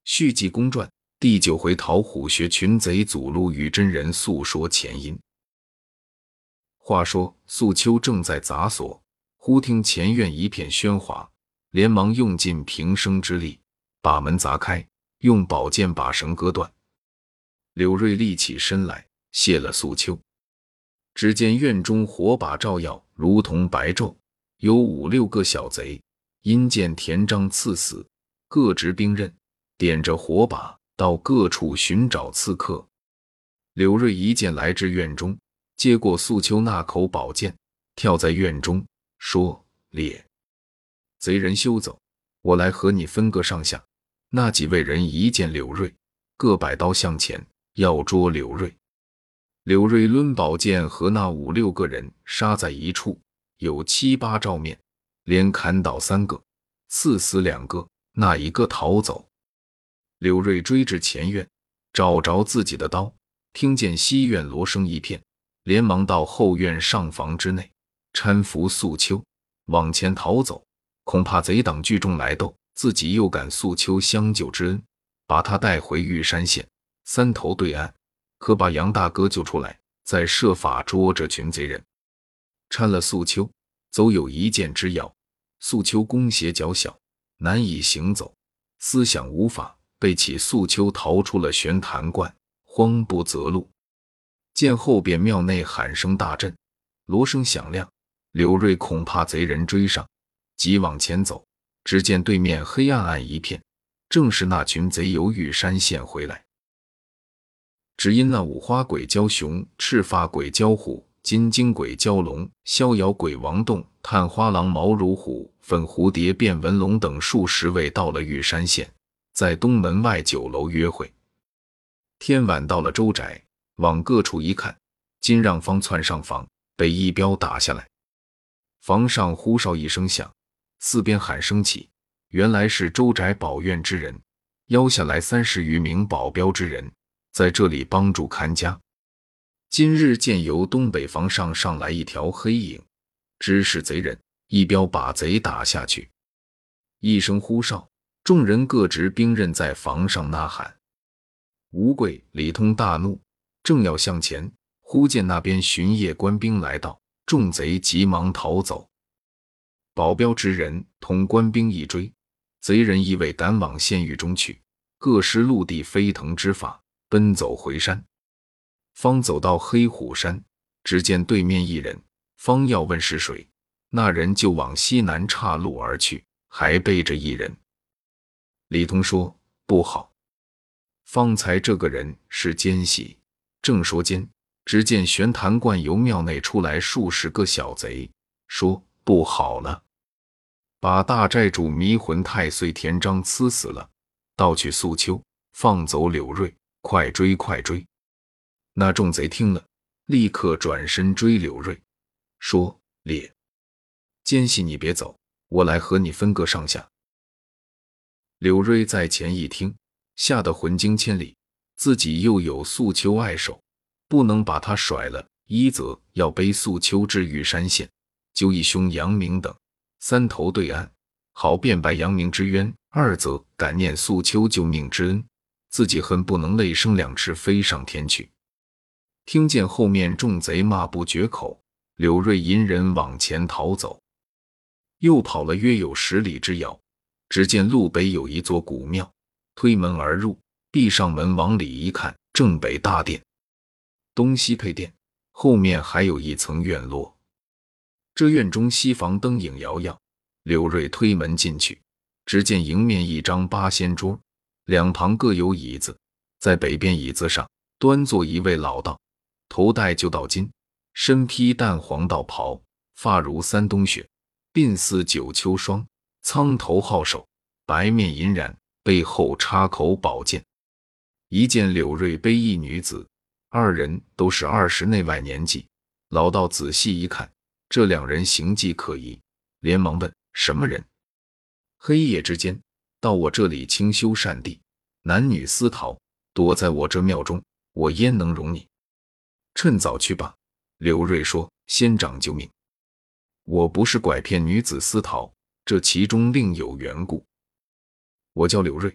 续记公传第9回讨虎穴群贼阻路与真人诉说前因。话说素秋正在杂所，忽听前院一片喧哗，连忙用尽平生之力把门砸开，用宝剑把绳割断。柳瑞立起身来，谢了素秋。只见院中火把照耀，如同白昼，有5、6个小贼，因见田章刺死，各执兵刃，点着火把到各处寻找刺客。柳瑞一剑来至院中，接过素秋那口宝剑，跳在院中说：“列贼人休走，我来和你分个上下。”那几位人一见柳瑞，各摆刀向前，要捉柳瑞。柳瑞抡宝剑和那5、6个人杀在一处，有7、8照面，连砍倒3个，刺死2个，那一个逃走。柳瑞追至前院，找着自己的刀，听见西院锣声一片，连忙到后院上房之内，搀扶素秋往前逃走，恐怕贼党聚众来斗，自己又感素秋相救之恩，把他带回玉山县3头对岸，可把杨大哥救出来，再设法捉这群贼人。搀了素秋走有1箭之遥，素秋弓鞋较小，难以行走，思想无法，背起素秋逃出了玄坛观，慌不择路。见后边庙内喊声大震，锣声响亮，柳瑞恐怕贼人追上，急往前走，只见对面黑暗暗一片，正是那群贼由玉山县回来。只因那五花鬼蛟熊、赤发鬼蛟虎、金睛鬼蛟龙、逍遥鬼王洞、探花狼毛如虎、粉蝴蝶变文龙等数十位到了玉山县，在东门外酒楼约会。天晚到了周宅，往各处一看，金让方窜上房，被一镖打下来。房上呼哨一声响，四边喊声起，原来是周宅保院之人邀下来30余名保镖之人，在这里帮助看家。今日见由东北房上来一条黑影，知是贼人，一镖把贼打下去。一声呼哨，众人各执兵刃在房上呐喊。吴贵、李通大怒，正要向前，忽见那边巡夜官兵来到，众贼急忙逃走。保镖之人同官兵一追，贼人亦未敢往县狱中去，各施陆地飞腾之法，奔走回山。方走到黑虎山，只见对面一人，方要问是谁，那人就往西南岔路而去，还背着一人。李通说：“不好，方才这个人是奸细。”正说间，只见玄坛观由庙内出来数十个小贼，说：“不好了，把大寨主迷魂太岁田章刺死了，盗取素秋，放走柳瑞，快追快追！”那众贼听了，立刻转身追柳瑞，说：“列奸细，你别走，我来和你分个上下。”柳瑞在前一听，吓得魂惊千里，自己又有素秋爱手，不能把他甩了，一则要背素秋至玉山县，揪义兄杨明等3头对岸，好辩白杨明之冤；二则感念素秋救命之恩，自己恨不能泪生2尺飞上天去。听见后面众贼骂不绝口，柳瑞引人往前逃走，又跑了约有10里之遥，只见路北有一座古庙，推门而入，闭上门往里一看，正北大殿，东西配殿，后面还有一层院落。这院中西房灯影摇摇，柳瑞推门进去，只见迎面一张8仙桌，两旁各有椅子，在北边椅子上端坐一位老道，头戴旧道巾，身披淡黄道袍，发如3冬雪，鬓似9秋霜，苍头皓首，白面银髯，背后插口宝剑。一见柳瑞背一女子，2人都是20内外年纪。老道仔细一看，这2人形迹可疑，连忙问：“什么人？”黑夜之间到我这里清修善地，男女私逃，躲在我这庙中，我焉能容你？趁早去吧。柳瑞说：“仙长救命，我不是拐骗女子私逃，这其中另有缘故。我叫柳瑞，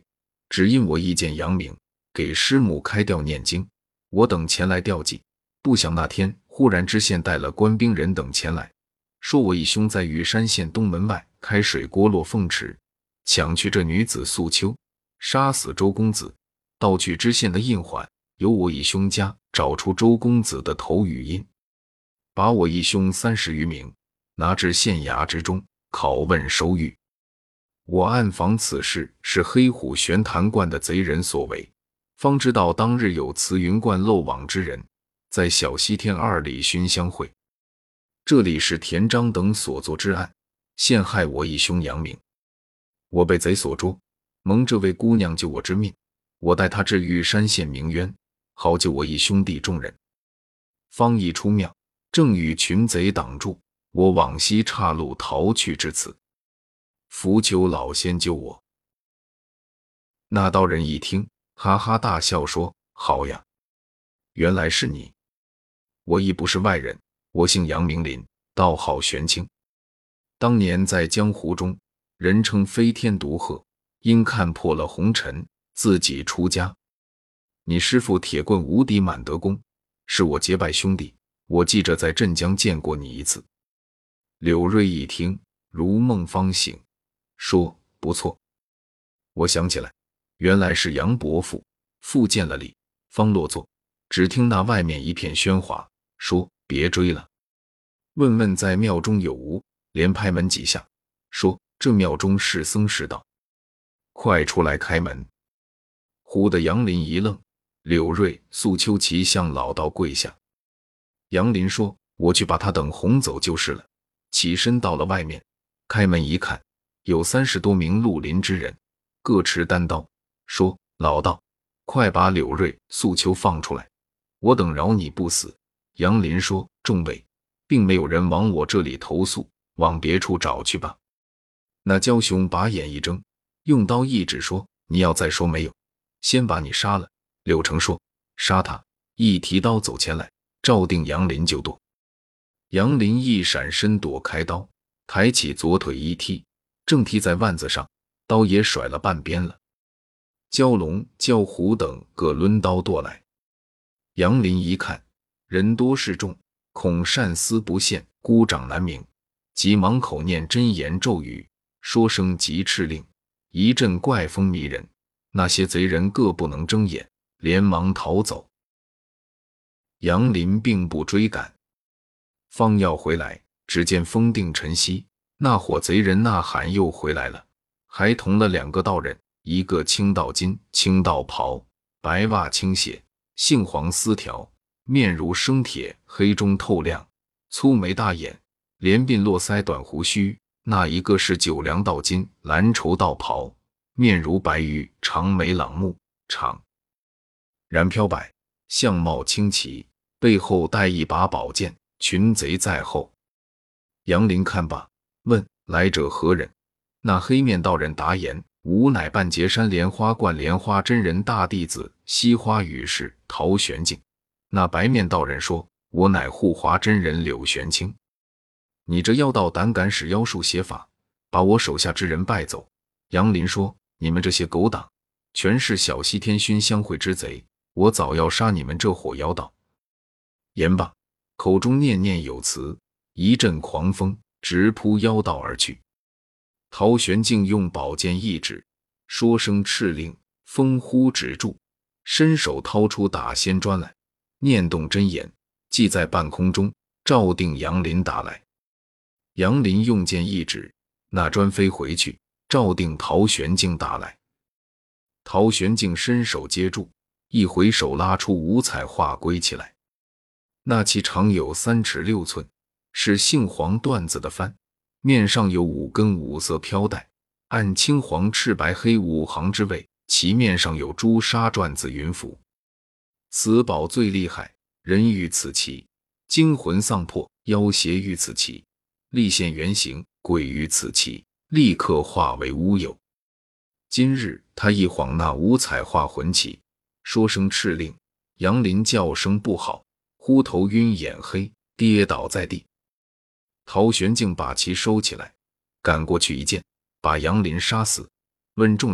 只因我意见扬名，给师母开吊念经，我等前来吊祭。不想那天忽然知县带了官兵人等前来，说我义兄在玉山县东门外开水锅落凤池，抢去这女子素秋，杀死周公子，盗去知县的印环，由我义兄家找出周公子的头与印，把我义兄30余名拿至县衙之中拷问收狱。我暗访此事是黑虎玄坛观的贼人所为，方知道当日有慈云观漏网之人在小西天2里熏香会，这里是田章等所作之案，陷害我义兄杨明。我被贼所捉，蒙这位姑娘救我之命，我带她至玉山县鸣冤，好救我义兄弟众人。方一出庙，正与群贼挡住，我往西岔路逃去至此，伏求老仙救我。那道人一听，哈哈大笑说：好呀，原来是你。我亦不是外人，我姓杨名林，道号玄清。当年在江湖中，人称飞天独鹤，因看破了红尘，自己出家。你师父铁棍无敌满德公是我结拜兄弟，我记着在镇江见过你一次。柳瑞一听，如梦方醒，说：不错，我想起来，原来是杨伯父。复见了礼，方落座，只听那外面一片喧哗，说：别追了，问问在庙中有无，连拍门几下，说这庙中是僧是道，快出来开门。忽的杨林一愣，柳瑞、素秋齐向老道跪下。杨林说：我去把他等哄走就是了。起身到了外面，开门一看，有30多名绿林之人，各持单刀，说：老道，快把柳瑞、素秋放出来，我等饶你不死。杨林说：众位，并没有人往我这里投诉，往别处找去吧。那焦雄把眼一睁，用刀一指说：你要再说没有，先把你杀了。柳成说：杀他。一提刀走前来，照定杨林就剁。杨林一闪身躲开刀，抬起左腿一踢，正踢在腕子上，刀也甩了半边了。焦龙、焦虎等各抡刀剁来。杨林一看人多势众，恐善思不现，孤掌难鸣，急忙口念真言咒语，说声急敕令，一阵怪风迷人，那些贼人各不能睁眼，连忙逃走。杨林并不追赶，方要回来，只见风定晨曦，那伙贼人呐喊又回来了，还同了2个道人，一个青道巾、青道袍，白袜青鞋，杏黄丝条，面如生铁，黑中透亮，粗眉大眼，连鬓络腮短胡须。那一个是九梁道巾、蓝绸道袍，面如白玉，长眉朗目，长髯飘摆，相貌清奇，背后带一把宝剑，群贼在后。杨林看罢，问来者何人？那黑面道人答言：吾乃半截山莲花观莲花真人大弟子西花雨士陶玄静。那白面道人说：我乃护华真人柳玄清。你这妖道胆敢使妖术邪法，把我手下之人败走。杨林说：你们这些狗党，全是小西天熏香会之贼，我早要杀你们这伙妖道。言罢，口中念念有词，一阵狂风直扑妖道而去。陶玄静用宝剑一指，说声敕令，风忽止住，伸手掏出打仙砖来，念动真言，系在半空中，照定杨林打来。杨林用剑一指，那砖飞回去，照定陶玄静打来。陶玄静伸手接住，一回手拉出五彩画龟起来。那其长有3尺6寸，是杏黄缎子的幡，面上有5根5色飘带，按青黄赤白黑5行之位，其面上有朱砂篆字云符。此宝最厉害，人遇此旗，惊魂丧魄；妖邪遇此旗，立现原形；鬼于此旗，立刻化为乌有。今日他一晃那五彩画魂旗，说声敕令，杨林叫声不好，忽头晕眼黑，跌倒在地。陶玄静把旗收起来，赶过去一剑，把杨林杀死。问众人：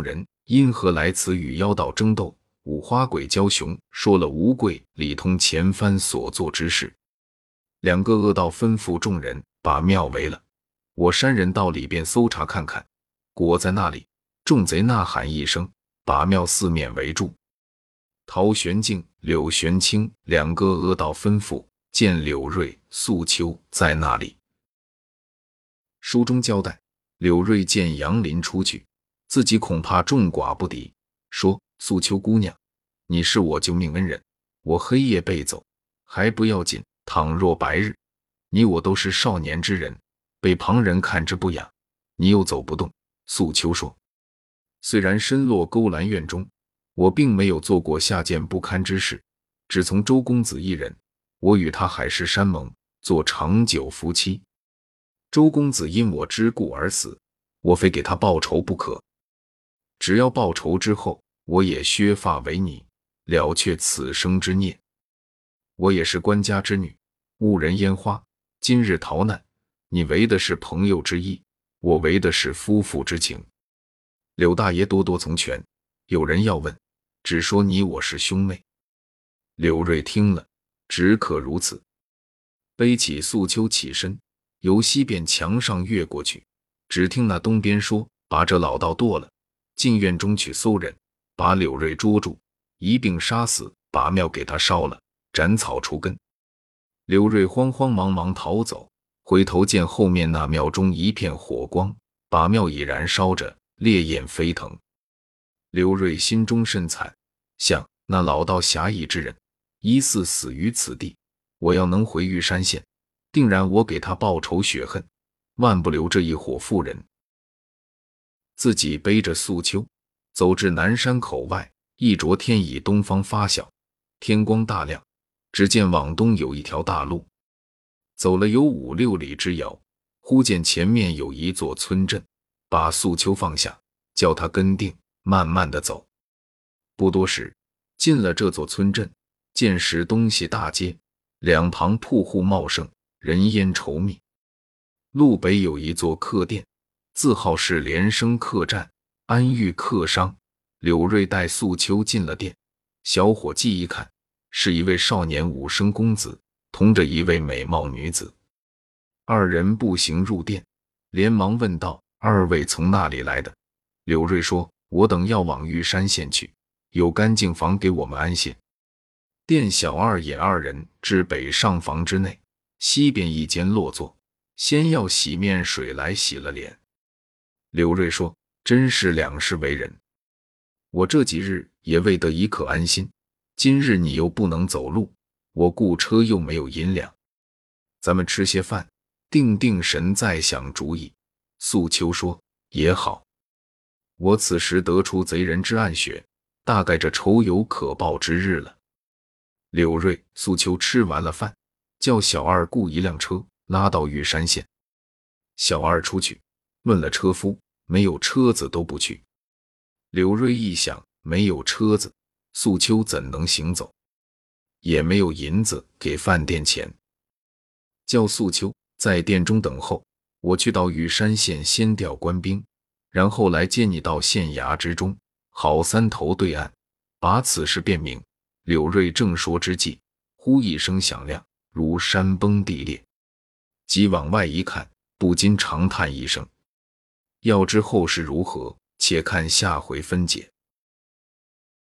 因何来此与妖道争斗？五花鬼蛟雄说了吴贵、李通前番所做之事。两个恶道吩咐众人把庙围了，我山人到里边搜查看看，果在那里。众贼呐喊一声，把庙四面围住。陶玄敬、柳玄清两个恶道吩咐见柳瑞、素秋在那里。书中交代，柳瑞见杨林出去，自己恐怕众寡不敌，说：素秋姑娘，你是我救命恩人，我黑夜被走还不要紧，倘若白日，你我都是少年之人，被旁人看之不雅，你又走不动。素秋说，虽然身落勾栏院中，我并没有做过下贱不堪之事，只从周公子一人，我与他海誓山盟，做长久夫妻。周公子因我之故而死，我非给他报仇不可。只要报仇之后，我也削发为尼，了却此生之孽。我也是官家之女，误人烟花，今日逃难，你为的是朋友之意，我为的是夫妇之情。柳大爷多多从权，有人要问，只说你我是兄妹。柳瑞听了，只可如此，背起素秋起身，由西边墙上越过去。只听那东边说，把这老道剁了，进院中去搜人，把柳瑞捉住，一并杀死，把庙给他烧了，斩草除根。柳瑞慌慌忙忙逃走，回头见后面那庙中一片火光，把庙已燃烧着，烈焰飞腾。柳瑞心中甚惨，想那老道侠义之人，疑似死于此地，我要能回玉山县，定然我给他报仇雪恨，万不留这一伙妇人。自己背着素秋，走至南山口外，一着天已东方发晓，天光大亮，只见往东有一条大路，走了有5-6里之遥，忽见前面有一座村镇，把素秋放下，叫他跟定，慢慢的走。不多时，进了这座村镇，见时东西大街，两旁铺户茂盛，人烟稠密。路北有一座客店，字号是连生客栈，安寓客商。柳瑞带素秋进了店，小伙计一看，是一位少年武生公子，同着一位美貌女子。二人步行入店，连忙问道：二位从哪里来的？柳瑞说：我等要往玉山县去，有干净房给我们安歇。店小二引二人至北上房之内，西边一间落座，先要洗面水来洗了脸。柳瑞说：真是两世为人，我这几日也未得一刻安心，今日你又不能走路，我雇车又没有银两，咱们吃些饭，定定神再想主意。素秋说：也好，我此时得出贼人之暗穴，大概这仇有可报之日了。柳瑞、素秋吃完了饭，叫小二雇一辆车拉到玉山县。小二出去问了车夫，没有车子都不去。柳瑞一想，没有车子，素秋怎能行走？也没有银子给饭店钱，叫素秋在店中等候，我去到玉山县先调官兵，然后来接你到县衙之中，好三头对岸，把此事辨明。柳瑞正说之际，忽一声响亮，如山崩地裂，即往外一看，不禁长叹一声。要知后事如何，且看下回分解。